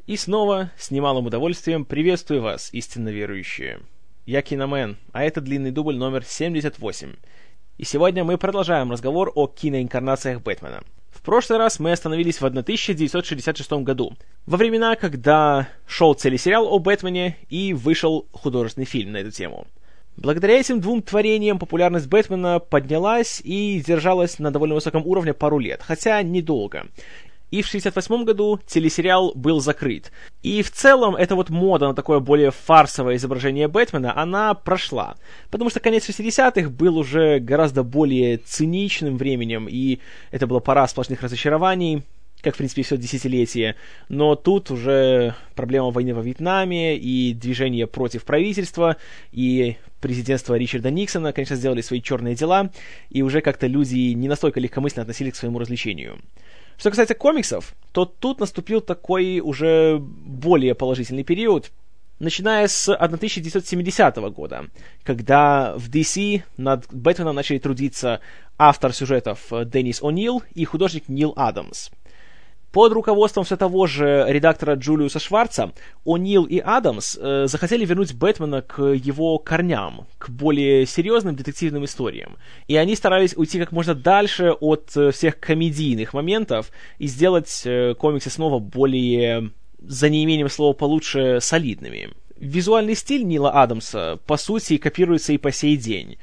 И снова, с немалым удовольствием, приветствую вас, истинно верующие. Я Киномен, а это длинный дубль номер 78. И сегодня мы продолжаем разговор о киноинкарнациях Бэтмена. В прошлый раз мы остановились в 1966 году, во времена, когда шел телесериал о Бэтмене и вышел художественный фильм на эту тему. Благодаря этим двум творениям популярность Бэтмена поднялась и держалась на довольно высоком уровне пару лет, хотя недолго. И в 1968 году телесериал был закрыт. И в целом эта вот мода на такое более фарсовое изображение Бэтмена, она прошла. Потому что конец 60-х был уже гораздо более циничным временем, и это была пора сплошных разочарований, как, в принципе, все десятилетие. Но тут уже проблема войны во Вьетнаме и движение против правительства, и президентство Ричарда Никсона, конечно, сделали свои черные дела, и уже как-то люди не настолько легкомысленно относились к своему развлечению. Что касается комиксов, то тут наступил такой уже более положительный период, начиная с 1970 года, когда в DC над Бэтменом начали трудиться автор сюжетов Деннис О'Нил и художник Нил Адамс. Под руководством все того же редактора Джулиуса Шварца О'Нил и Адамс захотели вернуть Бэтмена к его корням, к более серьезным детективным историям. И они старались уйти как можно дальше от всех комедийных моментов и сделать комиксы снова более, за неимением слова получше, солидными. Визуальный стиль Нила Адамса, по сути, копируется и по сей день.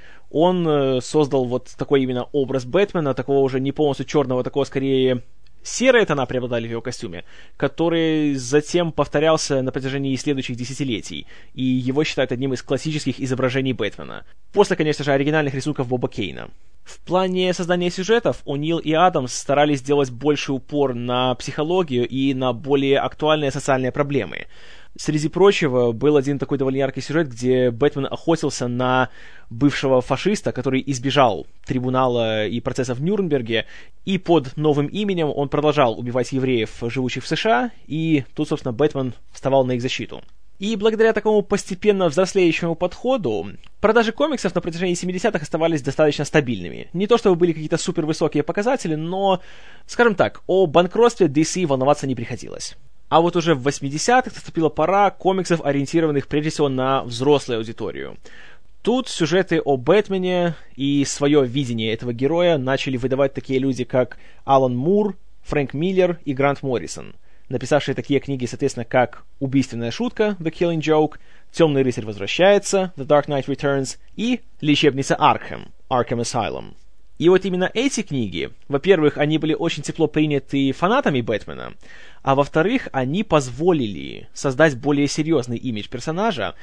Он создал вот такой именно образ Бэтмена, такого уже не полностью черного, такого скорее серые тона преобладали в его костюме, который затем повторялся на протяжении следующих десятилетий, и его считают одним из классических изображений Бэтмена. После, конечно же, оригинальных рисунков Боба Кейна. В плане создания сюжетов О'Нил и Адамс старались сделать больший упор на психологию и на более актуальные социальные проблемы. Среди прочего, был один такой довольно яркий сюжет, где Бэтмен охотился на бывшего фашиста, который избежал трибунала и процесса в Нюрнберге, и под новым именем он продолжал убивать евреев, живущих в США, и тут, собственно, Бэтмен вставал на их защиту. И благодаря такому постепенно взрослеющему подходу, продажи комиксов на протяжении 70-х оставались достаточно стабильными. Не то чтобы были какие-то супервысокие показатели, но, скажем так, о банкротстве DC волноваться не приходилось. А вот уже в 80-х наступила пора комиксов, ориентированных прежде всего на взрослую аудиторию. Тут сюжеты о Бэтмене и свое видение этого героя начали выдавать такие люди, как Алан Мур, Фрэнк Миллер и Грант Моррисон, написавшие такие книги, соответственно, как «Убийственная шутка» The Killing Joke, «Темный рыцарь возвращается» The Dark Knight Returns и «Лечебница Аркхэм» Arkham Asylum. И вот именно эти книги, во-первых, они были очень тепло приняты фанатами Бэтмена, а во-вторых, они позволили создать более серьезный имидж персонажа,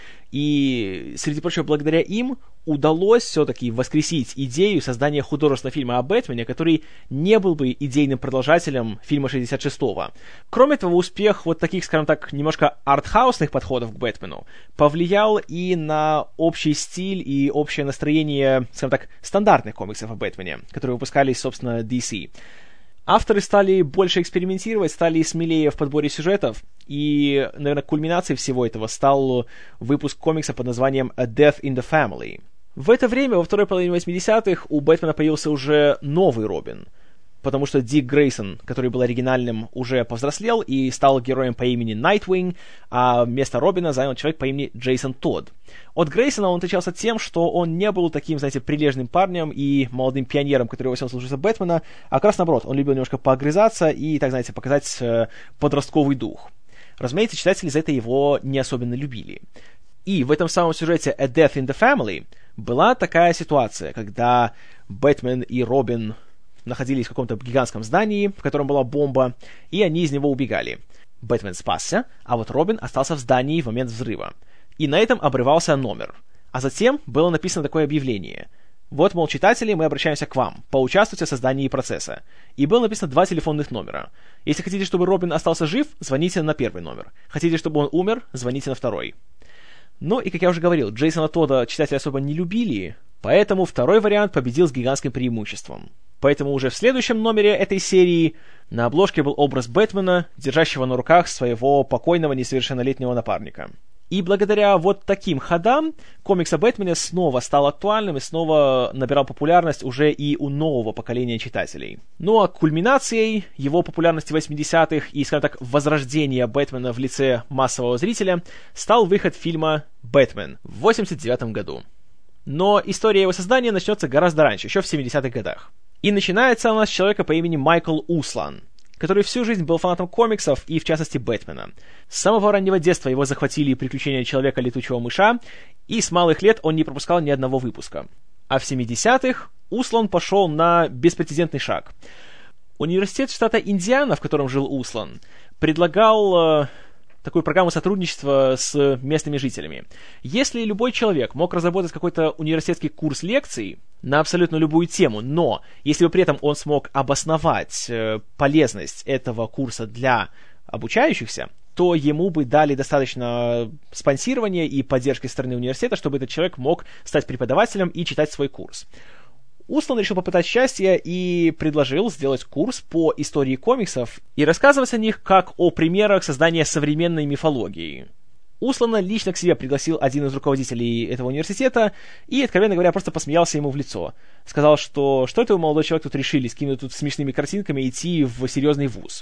и, среди прочего, благодаря им удалось все-таки воскресить идею создания художественного фильма о Бэтмене, который не был бы идейным продолжателем фильма 66-го. Кроме того, успех вот таких, скажем так, немножко артхаусных подходов к Бэтмену повлиял и на общий стиль и общее настроение, скажем так, стандартных комиксов о Бэтмене, которые выпускались, собственно, DC. Авторы стали больше экспериментировать, стали смелее в подборе сюжетов, и, наверное, кульминацией всего этого стал выпуск комикса под названием A Death in the Family. В это время, во второй половине 80-х, у Бэтмена появился уже новый Робин, потому что Дик Грейсон, который был оригинальным, уже повзрослел и стал героем по имени Найтвинг, а место Робина занял человек по имени Джейсон Тодд. От Грейсона он отличался тем, что он не был таким, знаете, прилежным парнем и молодым пионером, который во всем слушался Бэтмена, а как раз наоборот, он любил немножко поогрызаться и, так знаете, показать подростковый дух. Разумеется, читатели за это его не особенно любили. И в этом самом сюжете A Death in the Family была такая ситуация, когда Бэтмен и Робин находились в каком-то гигантском здании, в котором была бомба, и они из него убегали. Бэтмен спасся, а вот Робин остался в здании в момент взрыва. И на этом обрывался номер. А затем было написано такое объявление. Вот, мол, читатели, мы обращаемся к вам. Поучаствуйте в создании процесса. И было написано 2 телефонных номера. Если хотите, чтобы Робин остался жив, звоните на первый номер. Хотите, чтобы он умер, звоните на второй. Ну и, как я уже говорил, Джейсона Тодда читатели особо не любили, поэтому второй вариант победил с гигантским преимуществом. Поэтому уже в следующем номере этой серии на обложке был образ Бэтмена, держащего на руках своего покойного несовершеннолетнего напарника. И благодаря вот таким ходам комикс о Бэтмене снова стал актуальным и снова набирал популярность уже и у нового поколения читателей. Ну а кульминацией его популярности 80-х и, скажем так, возрождения Бэтмена в лице массового зрителя стал выход фильма «Бэтмен» в 89 году. Но история его создания начнется гораздо раньше, еще в 70-х годах. И начинается она с человека по имени Майкл Услан, который всю жизнь был фанатом комиксов и, в частности, Бэтмена. С самого раннего детства его захватили приключения Человека-летучего мыша, и с малых лет он не пропускал ни одного выпуска. А в 70-х Услан пошел на беспрецедентный шаг. Университет штата Индиана, в котором жил Услан, предлагал такую программу сотрудничества с местными жителями. Если любой человек мог разработать какой-то университетский курс лекций на абсолютно любую тему, но если бы при этом он смог обосновать полезность этого курса для обучающихся, то ему бы дали достаточно спонсирования и поддержки со стороны университета, чтобы этот человек мог стать преподавателем и читать свой курс. Услан решил попытать счастье и предложил сделать курс по истории комиксов и рассказывать о них как о примерах создания современной мифологии. Услана лично к себе пригласил один из руководителей этого университета и, откровенно говоря, просто посмеялся ему в лицо. Сказал, что это вы, молодой человек, тут решили, с какими-то тут смешными картинками идти в серьезный вуз.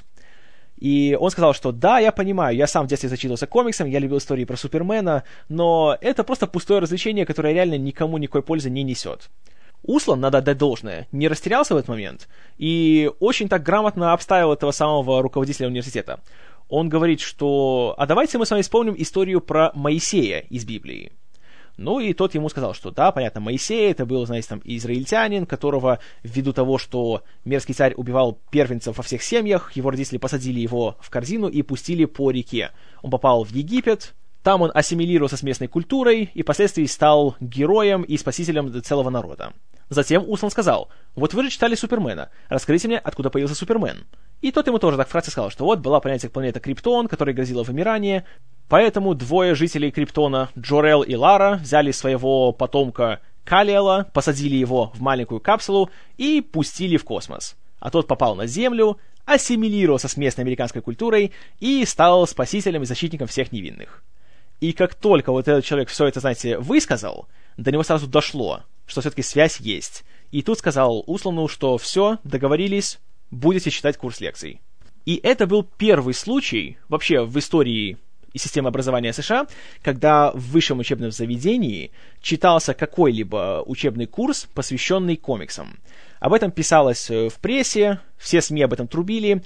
И он сказал, что да, я понимаю, я сам в детстве зачитывался комиксом, я любил истории про Супермена, но это просто пустое развлечение, которое реально никому никакой пользы не несет. Услан, надо отдать должное, не растерялся в этот момент и очень так грамотно обставил этого самого руководителя университета. Он говорит, что «а давайте мы с вами вспомним историю про Моисея из Библии». Ну и тот ему сказал, что да, понятно, Моисей, это был, знаете, там, израильтянин, которого ввиду того, что мерзкий царь убивал первенцев во всех семьях, его родители посадили его в корзину и пустили по реке. Он попал в Египет, там он ассимилировался с местной культурой и впоследствии стал героем и спасителем целого народа. Затем Услан сказал: «Вот вы же читали Супермена, расскажите мне, откуда появился Супермен». И тот ему тоже так вкратце сказал, что вот была планета Криптон, которая грозила вымирание, поэтому двое жителей Криптона, Джор-Эл и Лара, взяли своего потомка Кал-Эла, посадили его в маленькую капсулу и пустили в космос. А тот попал на Землю, ассимилировался с местной американской культурой и стал спасителем и защитником всех невинных. И как только вот этот человек все это, знаете, высказал, до него сразу дошло, что все-таки связь есть. И тут сказал Услану, что все, договорились, будете читать курс лекций. И это был первый случай вообще в истории и системы образования США, когда в высшем учебном заведении читался какой-либо учебный курс, посвященный комиксам. Об этом писалось в прессе, все СМИ об этом трубили,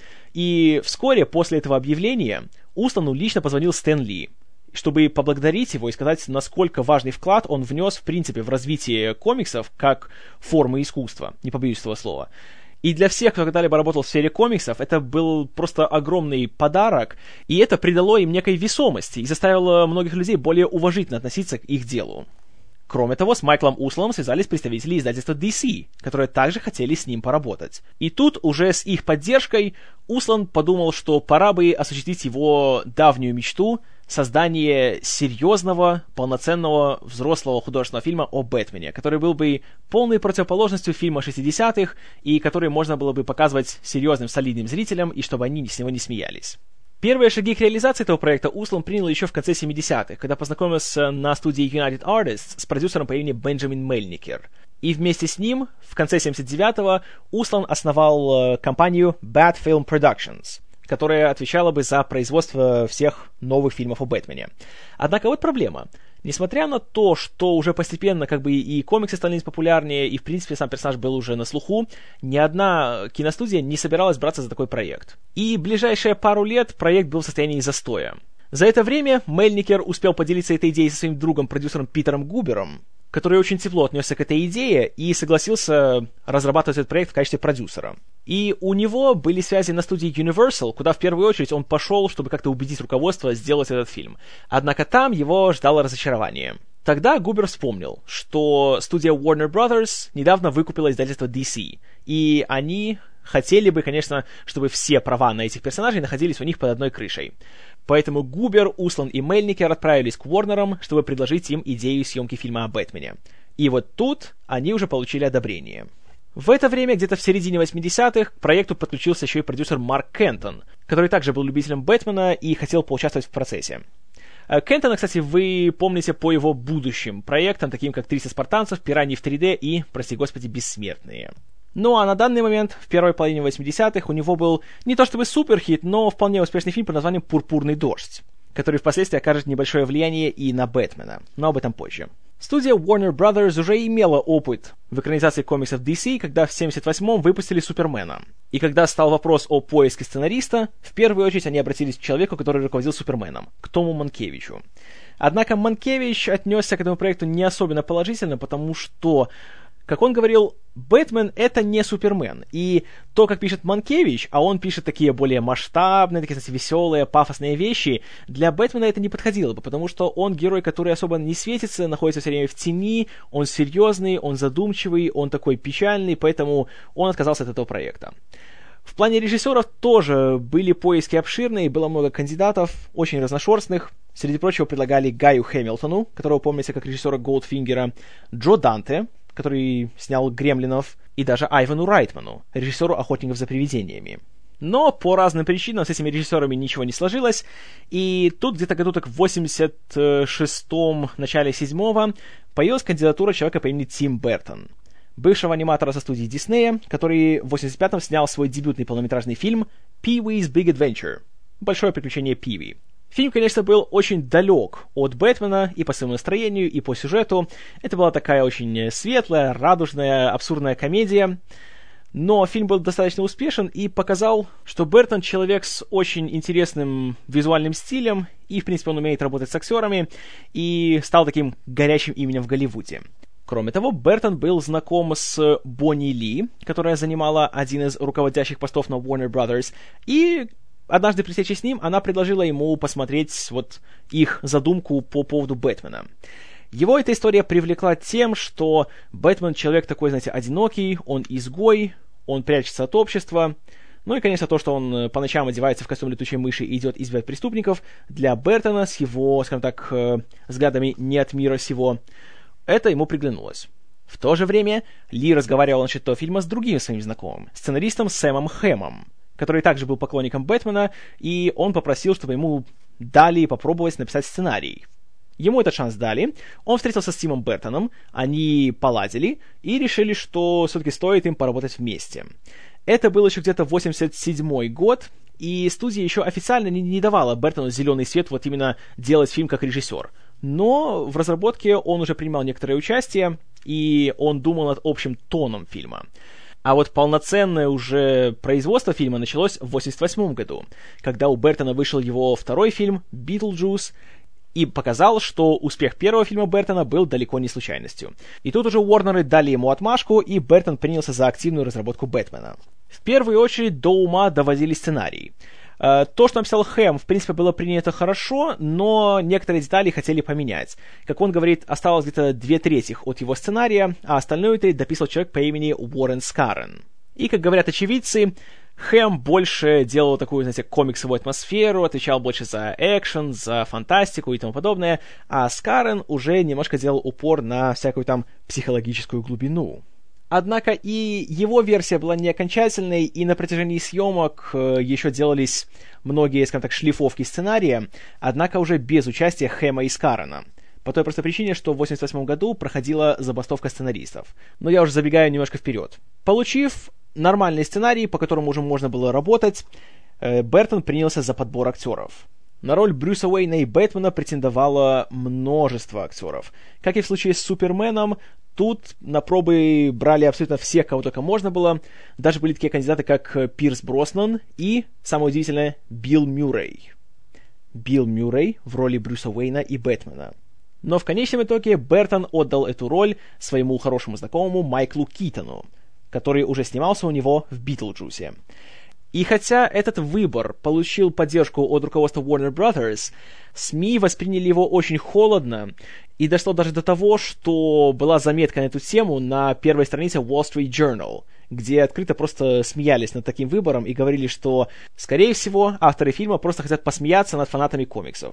и вскоре после этого объявления Услану лично позвонил Стэн Ли, чтобы поблагодарить его и сказать, насколько важный вклад он внес, в принципе, в развитие комиксов как формы искусства, не побоюсь этого слова. И для всех, кто когда-либо работал в сфере комиксов, это был просто огромный подарок, и это придало им некой весомости и заставило многих людей более уважительно относиться к их делу. Кроме того, с Майклом Усланом связались представители издательства DC, которые также хотели с ним поработать. И тут уже с их поддержкой Услан подумал, что пора бы осуществить его давнюю мечту — создание серьезного, полноценного взрослого художественного фильма о Бэтмене, который был бы полной противоположностью фильма 60-х и который можно было бы показывать серьезным, солидным зрителям, и чтобы они с него не смеялись. Первые шаги к реализации этого проекта Услан принял еще в конце 70-х, когда познакомился на студии United Artists с продюсером по имени Бенджамин Мельникер. И вместе с ним в конце 79-го Услан основал компанию Bad Film Productions, которая отвечала бы за производство всех новых фильмов о Бэтмене. Однако вот проблема. Несмотря на то, что уже постепенно как бы и комиксы становились популярнее, и в принципе сам персонаж был уже на слуху, ни одна киностудия не собиралась браться за такой проект. И ближайшие пару лет проект был в состоянии застоя. За это время Мельникер успел поделиться этой идеей со своим другом-продюсером Питером Губером, который очень тепло отнесся к этой идее и согласился разрабатывать этот проект в качестве продюсера. И у него были связи на студии Universal, куда в первую очередь он пошел, чтобы как-то убедить руководство сделать этот фильм. Однако там его ждало разочарование. Тогда Губер вспомнил, что студия Warner Brothers недавно выкупила издательство DC, и они хотели бы, конечно, чтобы все права на этих персонажей находились у них под одной крышей. Поэтому Губер, Услан и Мельникер отправились к Уорнерам, чтобы предложить им идею съемки фильма о Бэтмене. И вот тут они уже получили одобрение. В это время, где-то в середине 80-х, к проекту подключился еще и продюсер Марк Кентон, который также был любителем Бэтмена и хотел поучаствовать в процессе. Кентона, кстати, вы помните по его будущим проектам, таким как «300 спартанцев», «Пираньи в 3D» и, прости господи, «Бессмертные». Ну а на данный момент, в первой половине 80-х, у него был не то чтобы суперхит, но вполне успешный фильм под названием «Пурпурный дождь», который впоследствии окажет небольшое влияние и на Бэтмена, но об этом позже. Студия Warner Brothers уже имела опыт в экранизации комиксов DC, когда в 1978-м выпустили Супермена. И когда стал вопрос о поиске сценариста, в первую очередь они обратились к человеку, который руководил Суперменом, к Тому Манкевичу. Однако Манкевич отнесся к этому проекту не особенно положительно, потому что, как он говорил, Бэтмен — это не Супермен. И то, как пишет Манкевич, а он пишет такие более масштабные, такие, кстати, веселые, пафосные вещи, для Бэтмена это не подходило бы, потому что он герой, который особо не светится, находится все время в тени, он серьезный, он задумчивый, он такой печальный, поэтому он отказался от этого проекта. В плане режиссеров тоже были поиски обширные, было много кандидатов, очень разношерстных. Среди прочего предлагали Гаю Хэмилтону, которого помните как режиссера Голдфингера, Джо Данте, который снял «Гремлинов», и даже Айвану Райтману, режиссеру «Охотников за привидениями». Но по разным причинам с этими режиссерами ничего не сложилось, и тут где-то году так в 86-м, начале 7-го появилась кандидатура человека по имени Тим Бертон, бывшего аниматора со студии Диснея, который в 85-м снял свой дебютный полнометражный фильм «Pee-wee's Big Adventure» — «Большое приключение Пи-ви». Фильм, конечно, был очень далек от Бэтмена и по своему настроению, и по сюжету. Это была такая очень светлая, радужная, абсурдная комедия. Но фильм был достаточно успешен и показал, что Бертон человек с очень интересным визуальным стилем, и, в принципе, он умеет работать с актерами, и стал таким горячим именем в Голливуде. Кроме того, Бертон был знаком с Бонни Ли, которая занимала один из руководящих постов на Warner Brothers, и однажды при встрече с ним она предложила ему посмотреть вот их задумку по поводу Бэтмена. Его эта история привлекла тем, что Бэтмен человек такой, знаете, одинокий, он изгой, он прячется от общества. Ну и, конечно, то, что он по ночам одевается в костюм летучей мыши и идет избивать преступников, для Бертона с его, скажем так, взглядами не от мира сего, это ему приглянулось. В то же время Ли разговаривал насчет этого фильма с другим своим знакомым, сценаристом Сэмом Хэмом, который также был поклонником Бэтмена, и он попросил, чтобы ему дали попробовать написать сценарий. Ему этот шанс дали, он встретился с Тимом Бертоном, они поладили и решили, что все-таки стоит им поработать вместе. Это был еще где-то 87-й год, и студия еще официально не давала Бертону зеленый свет вот именно делать фильм как режиссер. Но в разработке он уже принимал некоторое участие, и он думал над общим тоном фильма. А вот полноценное уже производство фильма началось в 1988 году, когда у Бертона вышел его второй фильм «Битлджус», и показал, что успех первого фильма Бертона был далеко не случайностью. И тут уже Уорнеры дали ему отмашку, и Бертон принялся за активную разработку Бэтмена. В первую очередь до ума доводили сценарий. То, что написал Хэм, в принципе, было принято хорошо, но некоторые детали хотели поменять. Как он говорит, осталось где-то 2/3 от его сценария, а остальную треть дописал человек по имени Уоррен Скарен. И, как говорят очевидцы, Хэм больше делал такую, знаете, комиксовую атмосферу, отвечал больше за экшен, за фантастику и тому подобное, а Скарен уже немножко делал упор на всякую там психологическую глубину. Однако и его версия была не окончательной, и на протяжении съемок еще делались многие, скажем так, шлифовки сценария, однако уже без участия Хэма и Скарена. По той простой причине, что в 1988 году проходила забастовка сценаристов. Но я уже забегаю немножко вперед. Получив нормальный сценарий, по которому уже можно было работать, Бертон принялся за подбор актеров. На роль Брюса Уэйна и Бэтмена претендовало множество актеров. Как и в случае с Суперменом, тут на пробы брали абсолютно всех, кого только можно было. Даже были такие кандидаты, как Пирс Броснан и, самое удивительное, Билл Мюррей. Билл Мюррей в роли Брюса Уэйна и Бэтмена. Но в конечном итоге Бертон отдал эту роль своему хорошему знакомому Майклу Китону, который уже снимался у него в «Битлджусе». И хотя этот выбор получил поддержку от руководства Warner Brothers, СМИ восприняли его очень холодно, и дошло даже до того, что была заметка на эту тему на первой странице Wall Street Journal, где открыто просто смеялись над таким выбором и говорили, что, скорее всего, авторы фильма просто хотят посмеяться над фанатами комиксов.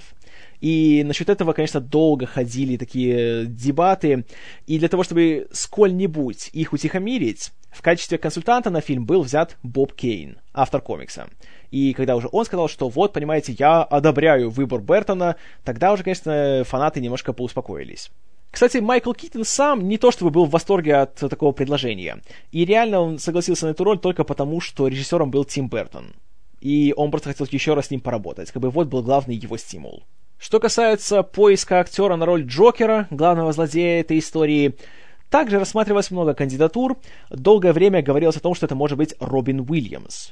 И насчет этого, конечно, долго ходили такие дебаты, и для того, чтобы сколь-нибудь их утихомирить, В качестве консультанта на фильм был взят Боб Кейн, автор комикса. И когда уже он сказал, что вот, понимаете, я одобряю выбор Бертона, тогда уже, конечно, фанаты немножко поуспокоились. Кстати, Майкл Китон сам не то чтобы был в восторге от такого предложения. И реально он согласился на эту роль только потому, что режиссером был Тим Бертон. И он просто хотел еще раз с ним поработать. Как бы вот был главный его стимул. Что касается поиска актера на роль Джокера, главного злодея этой истории, также рассматривалось много кандидатур. Долгое время говорилось о том, что это может быть Робин Уильямс.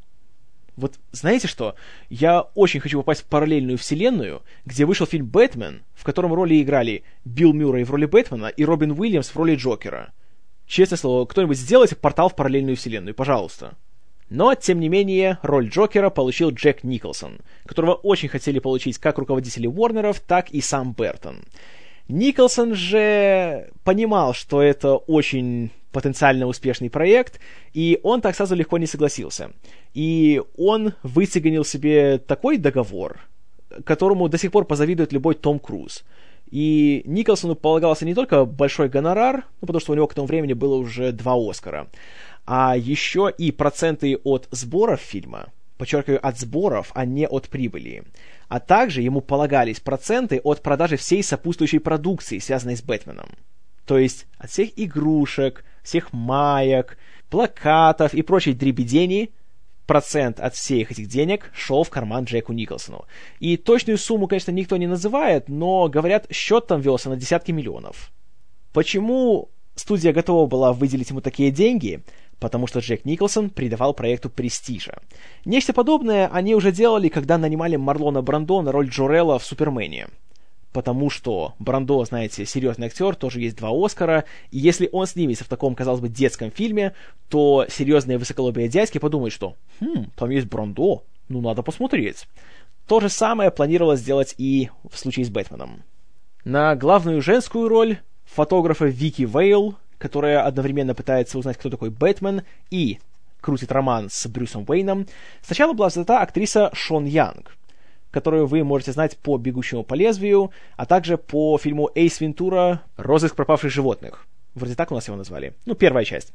Вот знаете что? Я очень хочу попасть в параллельную вселенную, где вышел фильм «Бэтмен», в котором роли играли Билл Мюррей в роли Бэтмена и Робин Уильямс в роли Джокера. Честное слово, кто-нибудь сделайте портал в параллельную вселенную, пожалуйста. Но, тем не менее, роль Джокера получил Джек Николсон, которого очень хотели получить как руководители Уорнеров, так и сам Бертон. Николсон же понимал, что это очень потенциально успешный проект, и он так сразу легко не согласился. И он выцеганил себе такой договор, которому до сих пор позавидует любой Том Круз. И Николсону полагался не только большой гонорар, потому что у него к тому времени было уже 2 Оскара, а еще и проценты от сборов фильма, подчеркиваю, от сборов, а не от прибыли. А также ему полагались проценты от продажи всей сопутствующей продукции, связанной с Бэтменом. То есть от всех игрушек, всех маек, плакатов и прочей дребедени, процент от всех этих денег шел в карман Джеку Николсону. И точную сумму, конечно, никто не называет, но, говорят, счет там велся на десятки миллионов. Почему студия готова была выделить ему такие деньги? Потому что Джек Николсон придавал проекту престижа. Нечто подобное они уже делали, когда нанимали Марлона Брандо на роль Джор-Элла в «Супермене». Потому что Брандо, знаете, серьезный актер, тоже есть 2 Оскара, и если он снимется в таком, казалось бы, детском фильме, то серьезные высоколобые дядьки подумают, что там есть Брандо, надо посмотреть. То же самое планировалось сделать и в случае с Бэтменом. На главную женскую роль фотографа Вики Вейл, которая одновременно пытается узнать, кто такой Бэтмен, и крутит роман с Брюсом Уэйном, сначала была взята актриса Шон Янг, которую вы можете знать по «Бегущему по лезвию», а также по фильму «Эйс Вентура. Розыск пропавших животных». Вроде так у нас его назвали. Первая часть.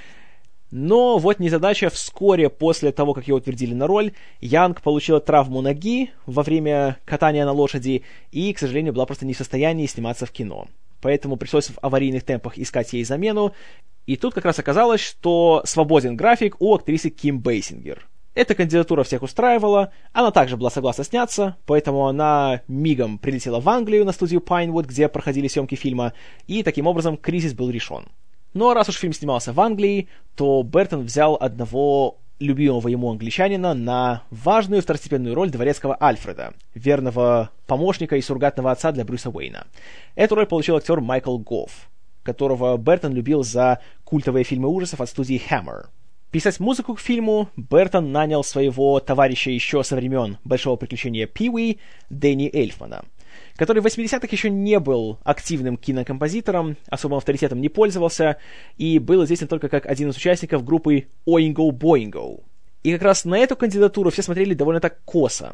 Но вот незадача, вскоре после того, как ее утвердили на роль, Янг получила травму ноги во время катания на лошади и, к сожалению, была просто не в состоянии сниматься в кино. Поэтому пришлось в аварийных темпах искать ей замену. И тут как раз оказалось, что свободен график у актрисы Ким Бейсингер. Эта кандидатура всех устраивала, она также была согласна сняться, поэтому она мигом прилетела в Англию на студию Pinewood, где проходили съемки фильма, и таким образом кризис был решен. Ну а раз уж фильм снимался в Англии, то Бертон взял одного любимого ему англичанина на важную второстепенную роль дворецкого Альфреда, верного помощника и суррогатного отца для Брюса Уэйна. Эту роль получил актер Майкл Гофф, которого Бертон любил за культовые фильмы ужасов от студии Hammer. Писать музыку к фильму Бертон нанял своего товарища еще со времен «Большого приключения Пи-уи» Дэнни Эльфмана, который в 80-х еще не был активным кинокомпозитором, особым авторитетом не пользовался и был известен только как один из участников группы Oingo Boingo. И как раз на эту кандидатуру все смотрели довольно так косо.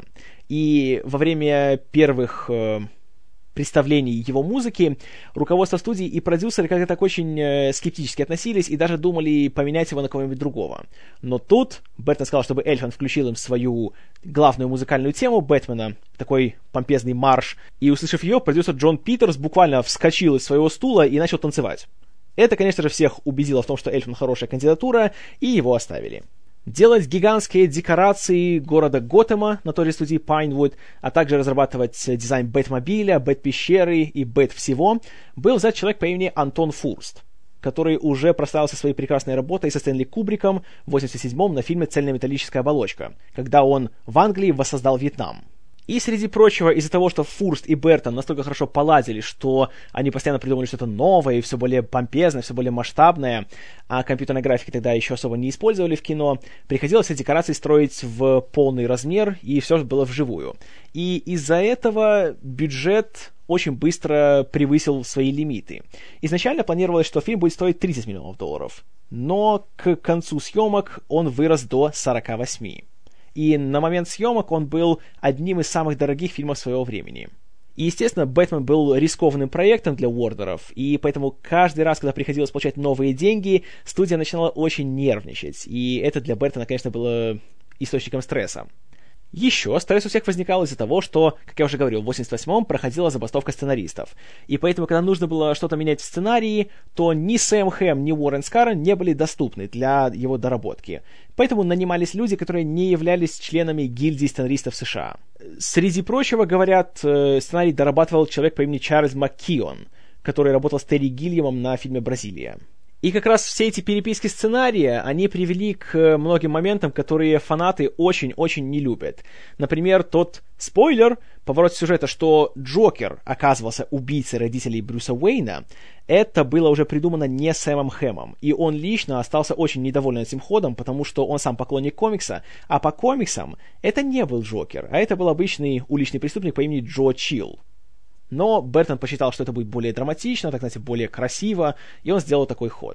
И во время первых представлений его музыки руководство студии и продюсеры как-то так очень скептически относились и даже думали поменять его на кого-нибудь другого. Но тут Бертон сказал, чтобы Эльфман включил им свою главную музыкальную тему Бэтмена, такой помпезный марш, и, услышав ее, продюсер Джон Питерс буквально вскочил из своего стула и начал танцевать. Это, конечно же, всех убедило в том, что Эльфман хорошая кандидатура, и его оставили. Делать гигантские декорации города Готэма на той же студии Pinewood, а также разрабатывать дизайн Бэтмобиля, Бэт-пещеры и Бэт-всего был взят человек по имени Антон Фурст, который уже прославился своей прекрасной работой со Стэнли Кубриком в 1987-м на фильме «Цельнометаллическая оболочка», когда он в Англии воссоздал Вьетнам. И, среди прочего, из-за того, что Фурст и Бертон настолько хорошо поладили, что они постоянно придумали что-то новое и все более помпезное, все более масштабное, а компьютерной графики тогда еще особо не использовали в кино, приходилось все декорации строить в полный размер, и все было вживую. И из-за этого бюджет очень быстро превысил свои лимиты. Изначально планировалось, что фильм будет стоить $30 миллионов, но к концу съемок он вырос до 48. И на момент съемок он был одним из самых дорогих фильмов своего времени. И, естественно, «Бэтмен» был рискованным проектом для Уорнеров, и поэтому каждый раз, когда приходилось получать новые деньги, студия начинала очень нервничать, и это для Бертона, конечно, было источником стресса. Еще стресс у всех возникал из-за того, что, как я уже говорил, в 88-м проходила забастовка сценаристов. И поэтому, когда нужно было что-то менять в сценарии, то ни Сэм Хэм, ни Уоррен Скаррон не были доступны для его доработки. Поэтому нанимались люди, которые не являлись членами гильдии сценаристов США. Среди прочего, говорят, сценарий дорабатывал человек по имени Чарльз МакКион, который работал с Терри Гиллиамом на фильме «Бразилия». И как раз все эти переписки сценария, они привели к многим моментам, которые фанаты очень-очень не любят. Например, тот спойлер, поворот сюжета, что Джокер оказывался убийцей родителей Брюса Уэйна, это было уже придумано не Сэмом Хэмом. И он лично остался очень недоволен этим ходом, потому что он сам поклонник комикса, а по комиксам это не был Джокер, а это был обычный уличный преступник по имени Джо Чилл. Но Бертон посчитал, что это будет более драматично, так, знаете, более красиво, и он сделал такой ход.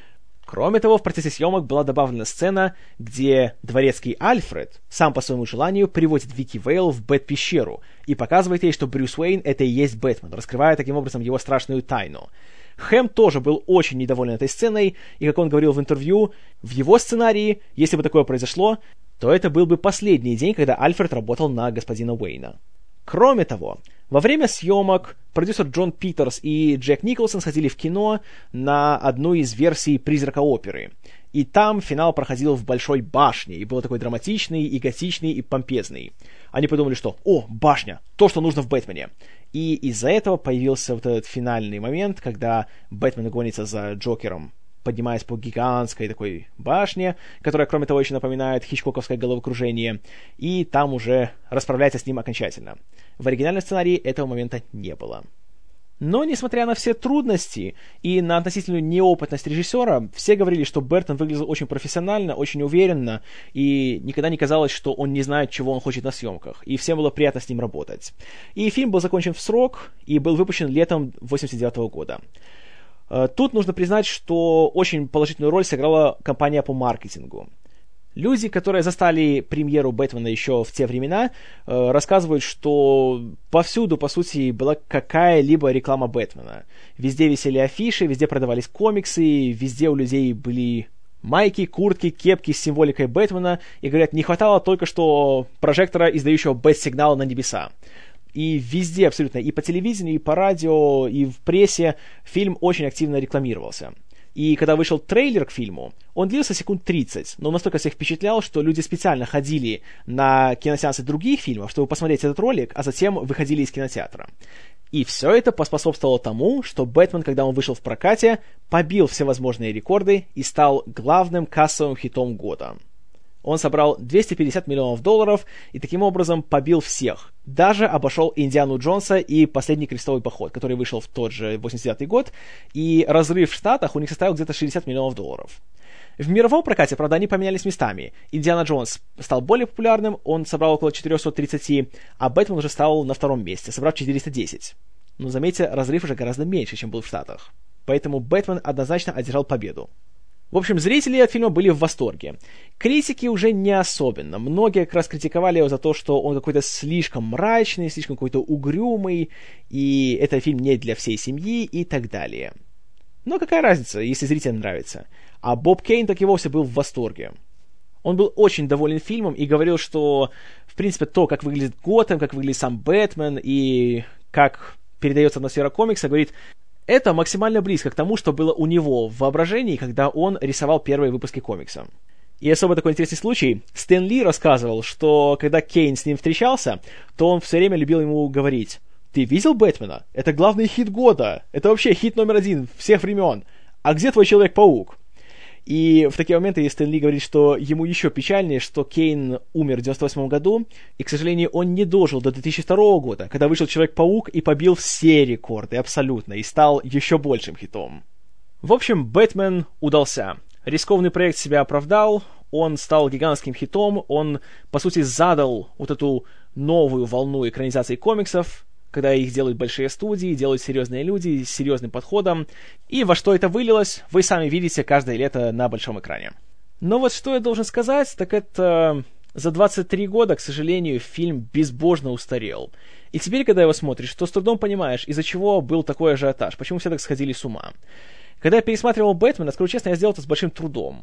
Кроме того, в процессе съемок была добавлена сцена, где дворецкий Альфред сам по своему желанию приводит Вики Вейл в Бэт-пещеру и показывает ей, что Брюс Уэйн — это и есть Бэтмен, раскрывая таким образом его страшную тайну. Хэм тоже был очень недоволен этой сценой, и, как он говорил в интервью, в его сценарии, если бы такое произошло, то это был бы последний день, когда Альфред работал на господина Уэйна. Кроме того, во время съемок продюсер Джон Питерс и Джек Николсон сходили в кино на одну из версий «Призрака оперы». И там финал проходил в Большой башне, и был такой драматичный, и готичный, и помпезный. Они подумали, что «О, башня! То, что нужно в Бэтмене!» И из-за этого появился вот этот финальный момент, когда Бэтмен гонится за Джокером, поднимаясь по гигантской такой башне, которая, кроме того, еще напоминает хичкоковское головокружение, и там уже расправляется с ним окончательно. В оригинальном сценарии этого момента не было. Но, несмотря на все трудности и на относительную неопытность режиссера, все говорили, что Бертон выглядел очень профессионально, очень уверенно, и никогда не казалось, что он не знает, чего он хочет на съемках, и всем было приятно с ним работать. И фильм был закончен в срок и был выпущен летом 1989 года. Тут нужно признать, что очень положительную роль сыграла компания по маркетингу. Люди, которые застали премьеру Бэтмена еще в те времена, рассказывают, что повсюду, по сути, была какая-либо реклама Бэтмена. Везде висели афиши, везде продавались комиксы, везде у людей были майки, куртки, кепки с символикой Бэтмена, и, говорят, не хватало только что прожектора, издающего Бэт-сигнал на небеса. И везде абсолютно, и по телевидению, и по радио, и в прессе фильм очень активно рекламировался. И когда вышел трейлер к фильму, он длился секунд 30, но настолько всех впечатлял, что люди специально ходили на киносеансы других фильмов, чтобы посмотреть этот ролик, а затем выходили из кинотеатра. И все это поспособствовало тому, что «Бэтмен», когда он вышел в прокате, побил всевозможные рекорды и стал главным кассовым хитом года. Он собрал $250 миллионов и таким образом побил всех. Даже обошел «Индиану Джонса» и «Последний крестовый поход», который вышел в тот же 89-й год, и разрыв в Штатах у них составил где-то $60 миллионов. В мировом прокате, правда, они поменялись местами. «Индиана Джонс» стал более популярным, он собрал около 430, а «Бэтмен» уже стал на втором месте, собрав 410. Но заметьте, разрыв уже гораздо меньше, чем был в Штатах. Поэтому «Бэтмен» однозначно одержал победу. В общем, зрители от фильма были в восторге. Критики уже не особенно. Многие как раз критиковали его за то, что он какой-то слишком мрачный, слишком какой-то угрюмый, и это фильм не для всей семьи и так далее. Но какая разница, если зрителям нравится? А Боб Кейн так и вовсе был в восторге. Он был очень доволен фильмом и говорил, что, в принципе, то, как выглядит Готэм, как выглядит сам Бэтмен и как передается атмосфера комикса, говорит, это максимально близко к тому, что было у него в воображении, когда он рисовал первые выпуски комикса. И особо такой интересный случай. Стэн Ли рассказывал, что когда Кейн с ним встречался, то он все время любил ему говорить: «Ты видел Бэтмена? Это главный хит года. Это вообще хит номер 1 всех времен. А где твой Человек-паук?» И в такие моменты Стэн Ли говорит, что ему еще печальнее, что Кейн умер в 98 году, и, к сожалению, он не дожил до 2002 года, когда вышел Человек-паук и побил все рекорды абсолютно, и стал еще большим хитом. В общем, «Бэтмен» удался. Рискованный проект себя оправдал, он стал гигантским хитом, он, по сути, задал вот эту новую волну экранизации комиксов, когда их делают большие студии, делают серьезные люди с серьезным подходом. И во что это вылилось, вы сами видите каждое лето на большом экране. Но вот что я должен сказать, так это за 23 года, к сожалению, фильм безбожно устарел. И теперь, когда его смотришь, то с трудом понимаешь, из-за чего был такой ажиотаж, почему все так сходили с ума. Когда я пересматривал «Бэтмена», скажу честно, я сделал это с большим трудом.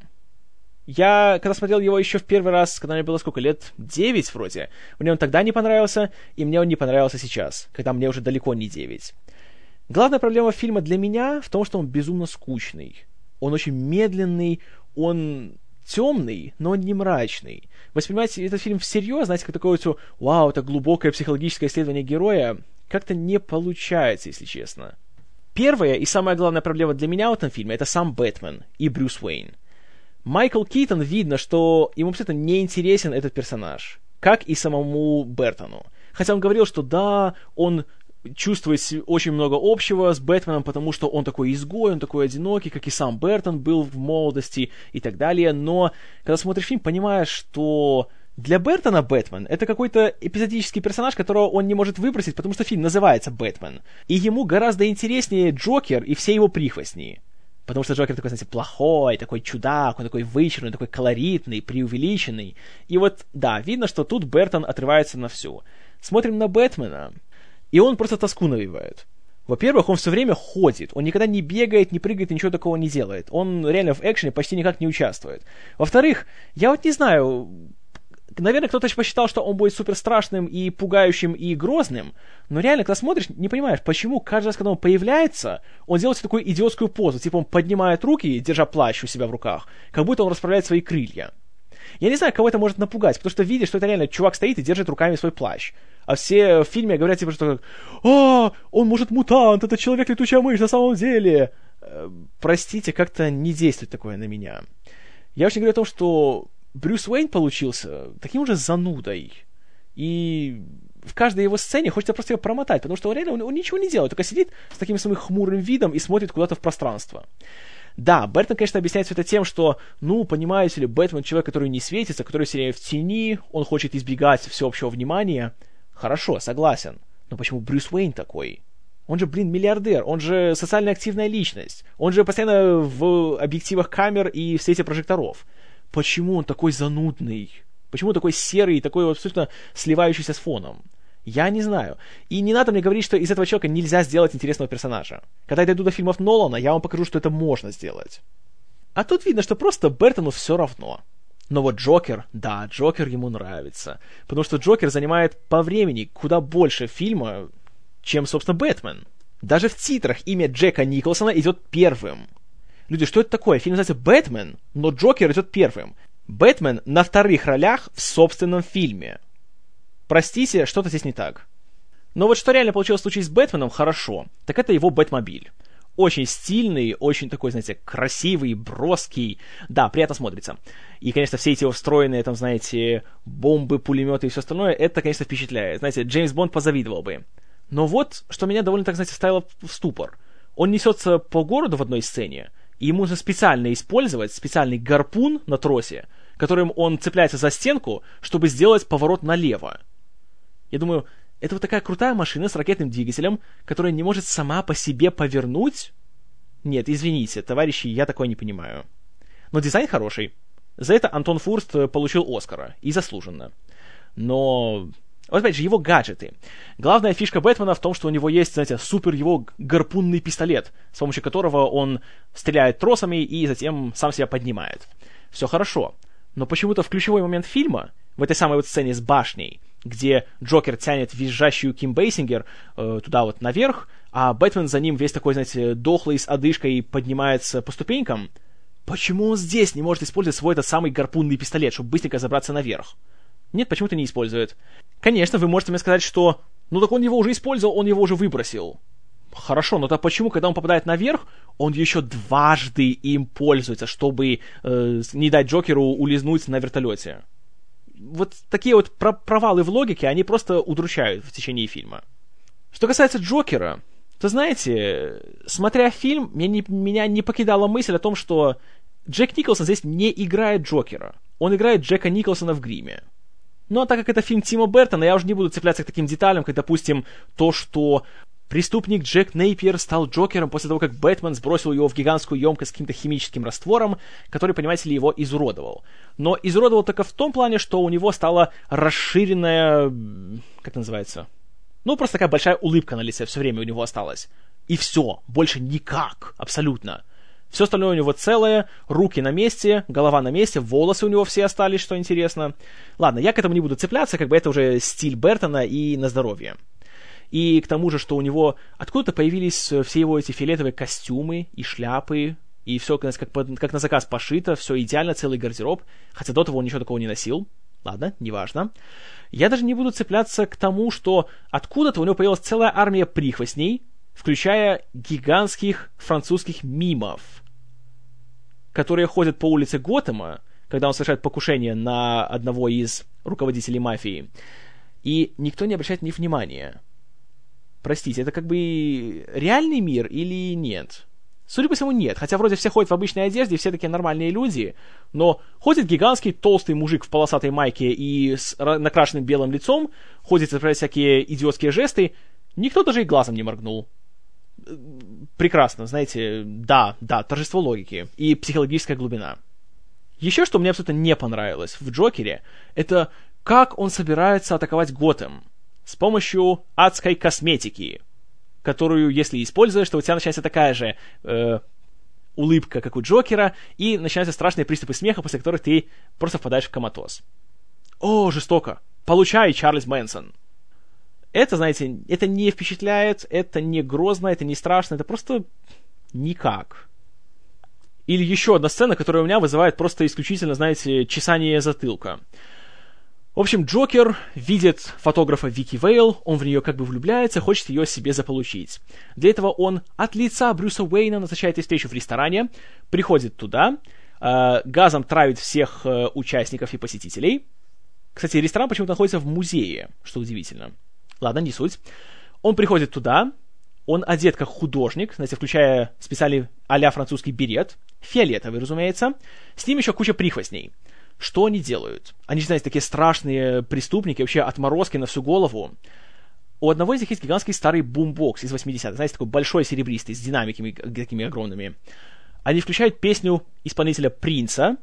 Я, когда смотрел его еще в первый раз, когда мне было сколько, лет 9 вроде, мне он тогда не понравился, и мне он не понравился сейчас, когда мне уже далеко не 9. Главная проблема фильма для меня в том, что он безумно скучный. Он очень медленный, он темный, но он не мрачный. Воспринимать этот фильм всерьез, знаете, как такое вот, вау, это глубокое психологическое исследование героя, как-то не получается, если честно. Первая и самая главная проблема для меня в этом фильме — это сам Бэтмен и Брюс Уэйн. Майкл Китон, видно, что ему абсолютно не интересен этот персонаж, как и самому Бертону. Хотя он говорил, что да, он чувствует очень много общего с Бэтменом, потому что он такой изгой, он такой одинокий, как и сам Бертон был в молодости и так далее. Но когда смотришь фильм, понимаешь, что для Бертона Бэтмен — это какой-то эпизодический персонаж, которого он не может выбросить, потому что фильм называется «Бэтмен». И ему гораздо интереснее Джокер и все его прихвостни. Потому что Джокер такой, знаете, плохой, такой чудак, он такой вычурный, такой колоритный, преувеличенный. И вот, да, видно, что тут Бертон отрывается на всю. Смотрим на Бэтмена, и он просто тоску навевает. Во-первых, он все время ходит, он никогда не бегает, не прыгает, ничего такого не делает. Он реально в экшене почти никак не участвует. Во-вторых, я вот не знаю, наверное, кто-то посчитал, что он будет супер страшным и пугающим и грозным, но реально, когда смотришь, не понимаешь, почему каждый раз, когда он появляется, он делает такую идиотскую позу, типа он поднимает руки, держа плащ у себя в руках, как будто он расправляет свои крылья. Я не знаю, кого это может напугать, потому что видишь, что это реально чувак стоит и держит руками свой плащ. А все в фильме говорят типа, что он может мутант, это человек-летучая мышь на самом деле. Простите, как-то не действует такое на меня. Я очень говорю о том, что Брюс Уэйн получился таким уже занудой. И в каждой его сцене хочется просто его промотать, потому что он реально он ничего не делает, только сидит с таким своим хмурым видом и смотрит куда-то в пространство. Да, Бертон, конечно, объясняет все это тем, что, понимаете ли, Бэтмен человек, который не светится, который все время в тени, он хочет избегать всеобщего внимания. Хорошо, согласен. Но почему Брюс Уэйн такой? Он же, миллиардер, он же социально активная личность, он же постоянно в объективах камер и в свете прожекторов. Почему он такой занудный? Почему он такой серый, такой абсолютно сливающийся с фоном? Я не знаю. И не надо мне говорить, что из этого человека нельзя сделать интересного персонажа. Когда я дойду до фильмов Нолана, я вам покажу, что это можно сделать. А тут видно, что просто Бертону все равно. Но вот Джокер, да, Джокер ему нравится. Потому что Джокер занимает по времени куда больше фильма, чем, собственно, Бэтмен. Даже в титрах имя Джека Николсона идет первым. Люди, что это такое? Фильм называется «Бэтмен», но Джокер идет первым. Бэтмен на вторых ролях в собственном фильме. Простите, что-то здесь не так. Но вот что реально получилось в случае с Бэтменом хорошо, так это его Бэтмобиль. Очень стильный, очень такой, знаете, красивый, броский. Да, приятно смотрится. И, конечно, все эти его встроенные, там, знаете, бомбы, пулеметы и все остальное, это, конечно, впечатляет. Знаете, Джеймс Бонд позавидовал бы. Но вот, что меня довольно, так, знаете, ставило в ступор. Он несется по городу в одной сцене, и ему нужно специально использовать специальный гарпун на тросе, которым он цепляется за стенку, чтобы сделать поворот налево. Я думаю, это вот такая крутая машина с ракетным двигателем, которая не может сама по себе повернуть? Нет, извините, товарищи, я такое не понимаю. Но дизайн хороший. За это Антон Фурст получил Оскара. И заслуженно. Но... Вот опять же, его гаджеты. Главная фишка Бэтмена в том, что у него есть, знаете, супер его гарпунный пистолет, с помощью которого он стреляет тросами и затем сам себя поднимает. Все хорошо. Но почему-то в ключевой момент фильма, в этой самой вот сцене с башней, где Джокер тянет визжащую Ким Бейсингер туда вот наверх, а Бэтмен за ним весь такой, знаете, дохлый с одышкой поднимается по ступенькам, почему он здесь не может использовать свой этот самый гарпунный пистолет, чтобы быстренько забраться наверх? Нет, почему-то не использует. Конечно, вы можете мне сказать, что так он его уже использовал, он его уже выбросил. Хорошо, но тогда почему, когда он попадает наверх, он еще дважды им пользуется, чтобы не дать Джокеру улизнуть на вертолете? Вот такие вот провалы в логике, они просто удручают в течение фильма. Что касается Джокера, то, знаете, смотря фильм, меня не покидала мысль о том, что Джек Николсон здесь не играет Джокера. Он играет Джека Николсона в гриме. Ну, а так как это фильм Тима Бертона, я уже не буду цепляться к таким деталям, как, допустим, то, что преступник Джек Нейпиер стал Джокером после того, как Бэтмен сбросил его в гигантскую емкость с каким-то химическим раствором, который, понимаете ли, его изуродовал. Но изуродовал только в том плане, что у него стала расширенная... Как это называется? Ну, просто такая большая улыбка на лице все время у него осталась. И все, больше никак, абсолютно. Все остальное у него целое, руки на месте, голова на месте, волосы у него все остались, что интересно. Ладно, я к этому не буду цепляться, как бы это уже стиль Бертона и на здоровье. И к тому же, что у него откуда-то появились все его эти фиолетовые костюмы и шляпы, и все как на заказ пошито, все идеально, целый гардероб, хотя до того он ничего такого не носил. Ладно, неважно. Я даже не буду цепляться к тому, что откуда-то у него появилась целая армия прихвостней, включая гигантских французских мимов, которые ходят по улице Готэма, когда он совершает покушение на одного из руководителей мафии, и никто не обращает на них внимания. Простите, это как бы реальный мир или нет? Судя по всему, нет. Хотя вроде все ходят в обычной одежде, все такие нормальные люди, но ходит гигантский толстый мужик в полосатой майке и с накрашенным белым лицом, ходит изображать всякие идиотские жесты, никто даже и глазом не моргнул. Прекрасно, знаете, да, торжество логики и психологическая глубина. Еще что мне абсолютно не понравилось в Джокере, это как он собирается атаковать Готэм с помощью адской косметики, которую, если используешь, то у тебя начинается такая же улыбка, как у Джокера, и начинаются страшные приступы смеха, после которых ты просто впадаешь в коматоз. О, жестоко! Получай, Чарльз Мэнсон! Это, знаете, это не впечатляет, это не грозно, это не страшно, это просто никак. Или еще одна сцена, которая у меня вызывает просто исключительно, знаете, чесание затылка. В общем, Джокер видит фотографа Вики Вейл, он в нее как бы влюбляется, хочет ее себе заполучить. Для этого он от лица Брюса Уэйна назначает встречу в ресторане, приходит туда, газом травит всех участников и посетителей. Кстати, ресторан почему-то находится в музее, что удивительно. Ладно, не суть. Он приходит туда, он одет как художник, знаете, включая специальный а-ля французский берет, фиолетовый, разумеется. С ним еще куча прихвостней. Что они делают? Они же, знаете, такие страшные преступники, вообще отморозки на всю голову. У одного из них есть гигантский старый бумбокс из 80-х, знаете, такой большой серебристый, с динамиками такими огромными. Они включают песню исполнителя Принца,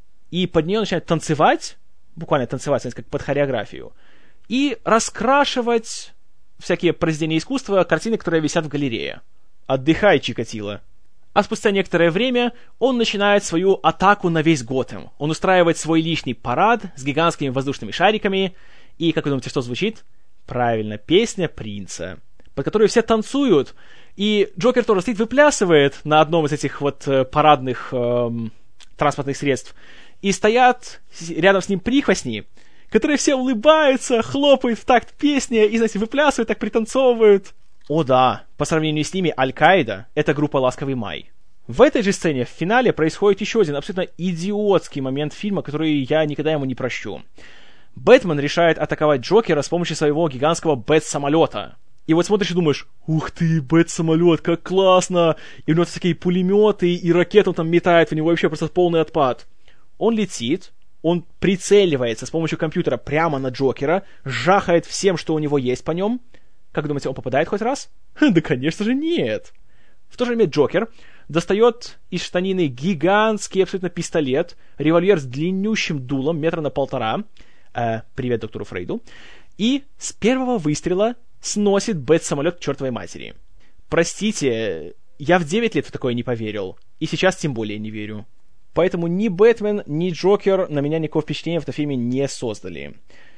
и под нее начинают танцевать, буквально танцевать, знаете, как под хореографию, и раскрашивать всякие произведения искусства, картины, которые висят в галерее. Отдыхай, Чикатило. А спустя некоторое время он начинает свою атаку на весь Готэм. Он устраивает свой личный парад с гигантскими воздушными шариками. И, как вы думаете, что звучит? Правильно, песня Принца, под которую все танцуют. И Джокер тоже стоит, выплясывает на одном из этих вот парадных транспортных средств. И стоят рядом с ним прихвостни, которые все улыбаются, хлопают в такт песни и, знаете, выплясывают, так пританцовывают. О да, по сравнению с ними Аль-Каида — это группа «Ласковый май». В этой же сцене в финале происходит еще один абсолютно идиотский момент фильма, который я никогда ему не прощу. Бэтмен решает атаковать Джокера с помощью своего гигантского Бэт-самолета. И вот смотришь и думаешь: ух ты, Бэт-самолет, как классно! И у него такие пулеметы, и ракеты он там метает, в него вообще просто полный отпад. Он летит, он прицеливается с помощью компьютера прямо на Джокера, жахает всем, что у него есть по нем. Как думаете, он попадает хоть раз? Да, конечно же, нет. В то же время Джокер достает из штанины гигантский абсолютно пистолет, револьвер с длиннющим дулом, 1,5 метра, привет доктору Фрейду, и с первого выстрела сносит Бэт-самолет к чертовой матери. Простите, я в 9 лет в такое не поверил, и сейчас тем более не верю. Поэтому ни Бэтмен, ни Джокер на меня никакого впечатления в этом фильме не создали.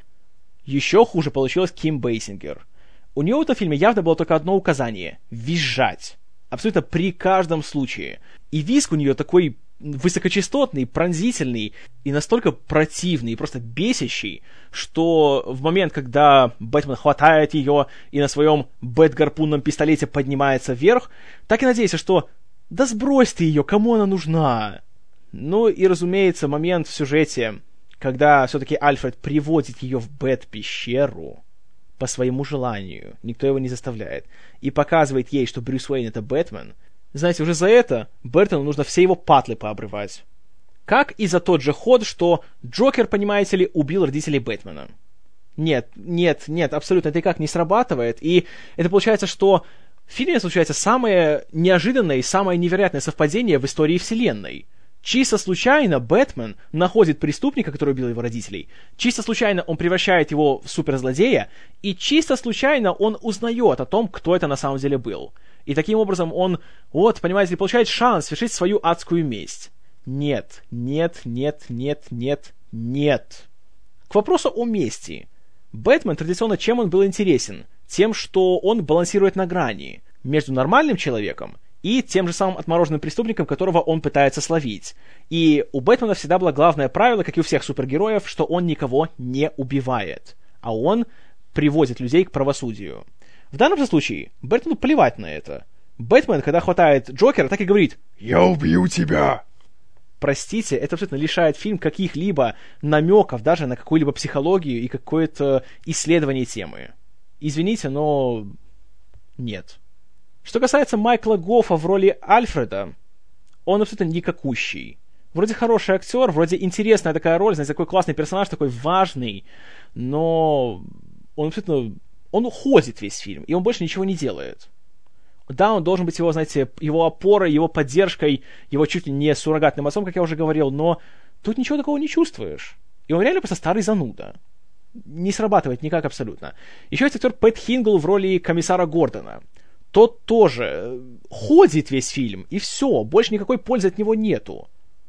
Еще хуже получилась Ким Бейсингер. У нее в этом фильме явно было только одно указание — визжать. Абсолютно при каждом случае. И визг у нее такой высокочастотный, пронзительный и настолько противный, и просто бесящий, что в момент, когда Бэтмен хватает ее и на своем бэт-гарпунном пистолете поднимается вверх, так и надеешься, что да сбрось ты ее, кому она нужна? Ну и, разумеется, момент в сюжете, когда все-таки Альфред приводит ее в Бэт-пещеру по своему желанию, никто его не заставляет, и показывает ей, что Брюс Уэйн — это Бэтмен. Знаете, уже за это Бертону нужно все его патлы пообрывать. Как и за тот же ход, что Джокер, понимаете ли, убил родителей Бэтмена. Нет, абсолютно это никак не срабатывает, и это получается, что в фильме случается самое неожиданное и самое невероятное совпадение в истории вселенной. Чисто случайно Бэтмен находит преступника, который убил его родителей. Чисто случайно он превращает его в суперзлодея. И чисто случайно он узнает о том, кто это на самом деле был. И таким образом он, понимаете, получает шанс совершить свою адскую месть. Нет, нет, нет, нет, нет, нет. К вопросу о мести. Бэтмен традиционно чем он был интересен? Тем, что он балансирует на грани между нормальным человеком и тем же самым отмороженным преступником, которого он пытается словить. И у Бэтмена всегда было главное правило, как и у всех супергероев, что он никого не убивает, а он приводит людей к правосудию. В данном же случае Бэтмену плевать на это. Бэтмен, когда хватает Джокера, так и говорит: «Я убью тебя!» Простите, это абсолютно лишает фильм каких-либо намеков даже на какую-либо психологию и какое-то исследование темы. Извините, но нет. Что касается Майкла Гоффа в роли Альфреда, он абсолютно никакущий. Вроде хороший актер, вроде интересная такая роль, знаете, такой классный персонаж, такой важный, но он абсолютно... Он уходит весь фильм, и он больше ничего не делает. Да, он должен быть его, знаете, его опорой, его поддержкой, его чуть ли не суррогатным отцом, как я уже говорил, но тут ничего такого не чувствуешь. И он реально просто старый зануда. Не срабатывает никак абсолютно. Еще есть актер Пэт Хингл в роли комиссара Гордона. Тот тоже ходит весь фильм, и все, больше никакой пользы от него нету.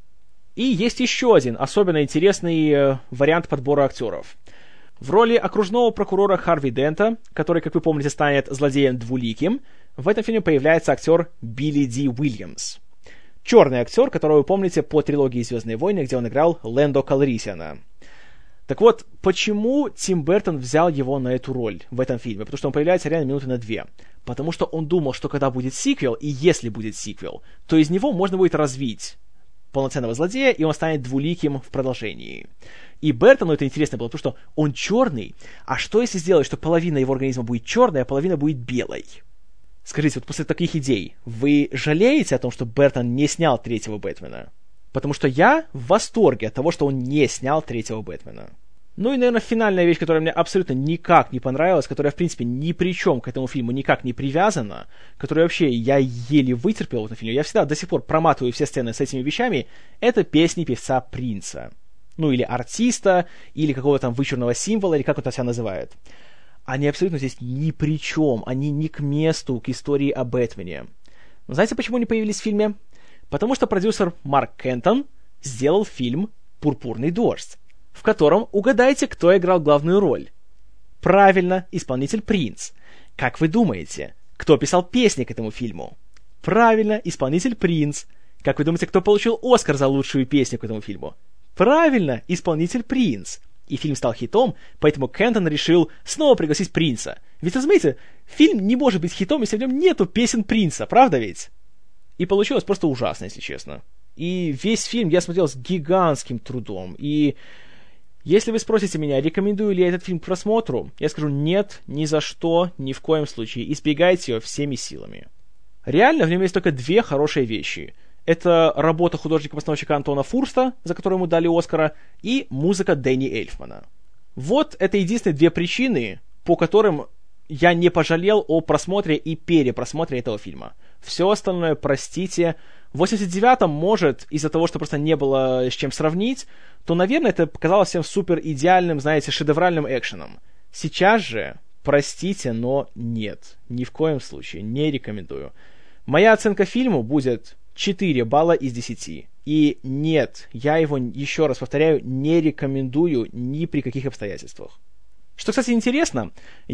И есть еще один особенно интересный вариант подбора актеров. В роли окружного прокурора Харви Дента, который, как вы помните, станет злодеем двуликим, в этом фильме появляется актер Билли Ди Уильямс. Черный актер, которого вы помните по трилогии «Звездные войны», где он играл Лэндо Калрисиана. Так вот, почему Тим Бертон взял его на эту роль в этом фильме? Потому что он появляется реально минуты на 2. Потому что он думал, что когда будет сиквел, и если будет сиквел, то из него можно будет развить полноценного злодея, и он станет двуликим в продолжении. И Бертону это интересно было, потому что он черный, а что если сделать, что половина его организма будет черной, а половина будет белой? Скажите, вот после таких идей, вы жалеете о том, что Бертон не снял третьего Бэтмена? Потому что я в восторге от того, что он не снял третьего Бэтмена. Ну и, наверное, финальная вещь, которая мне абсолютно никак не понравилась, которая, в принципе, ни при чем к этому фильму никак не привязана, которую вообще я еле вытерпел в этом фильме, я всегда до сих пор проматываю все сцены с этими вещами, это песни певца Принца. Ну, или артиста, или какого-то там вычурного символа, или как он это себя называет. Они абсолютно здесь ни при чем, они ни к месту, к истории о Бэтмене. Но знаете, почему они появились в фильме? Потому что продюсер Марк Кентон сделал фильм «Пурпурный дождь», в котором, угадайте, кто играл главную роль. Правильно, исполнитель Принц. Как вы думаете, кто писал песни к этому фильму? Правильно, исполнитель Принц. Как вы думаете, кто получил Оскар за лучшую песню к этому фильму? Правильно, исполнитель Принц. И фильм стал хитом, поэтому Кентон решил снова пригласить Принца. Ведь, разумеется, фильм не может быть хитом, если в нем нету песен Принца, правда ведь? И получилось просто ужасно, если честно. И весь фильм я смотрел с гигантским трудом. И если вы спросите меня, рекомендую ли я этот фильм к просмотру, я скажу нет, ни за что, ни в коем случае. Избегайте его всеми силами. Реально, в нем есть только две хорошие вещи. Это работа художника-постановщика Антона Фурста, за которую ему дали Оскара, и музыка Дэнни Эльфмана. Вот это единственные две причины, по которым я не пожалел о просмотре и перепросмотре этого фильма. Все остальное, простите. В 89-м, может, из-за того, что просто не было с чем сравнить, то, наверное, это показалось всем супер идеальным, знаете, шедевральным экшеном. Сейчас же, простите, но нет. Ни в коем случае. Не рекомендую. Моя оценка фильму будет 4 балла из 10. И нет, я его, еще раз повторяю, не рекомендую ни при каких обстоятельствах. Что, кстати, интересно,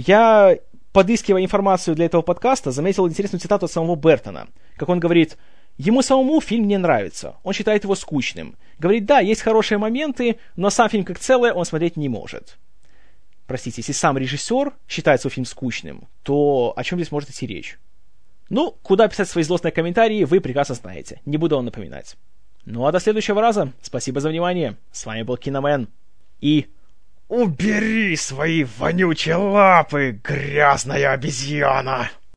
я, подыскивая информацию для этого подкаста, заметил интересную цитату от самого Бертона. Как он говорит: ему самому фильм не нравится, он считает его скучным. Говорит, да, есть хорошие моменты, но сам фильм как целое он смотреть не может. Простите, если сам режиссер считает свой фильм скучным, то о чем здесь может идти речь? Ну, куда писать свои злостные комментарии, вы прекрасно знаете. Не буду вам напоминать. Ну а до следующего раза. Спасибо за внимание. С вами был Киномен. И... убери свои вонючие лапы, грязная обезьяна!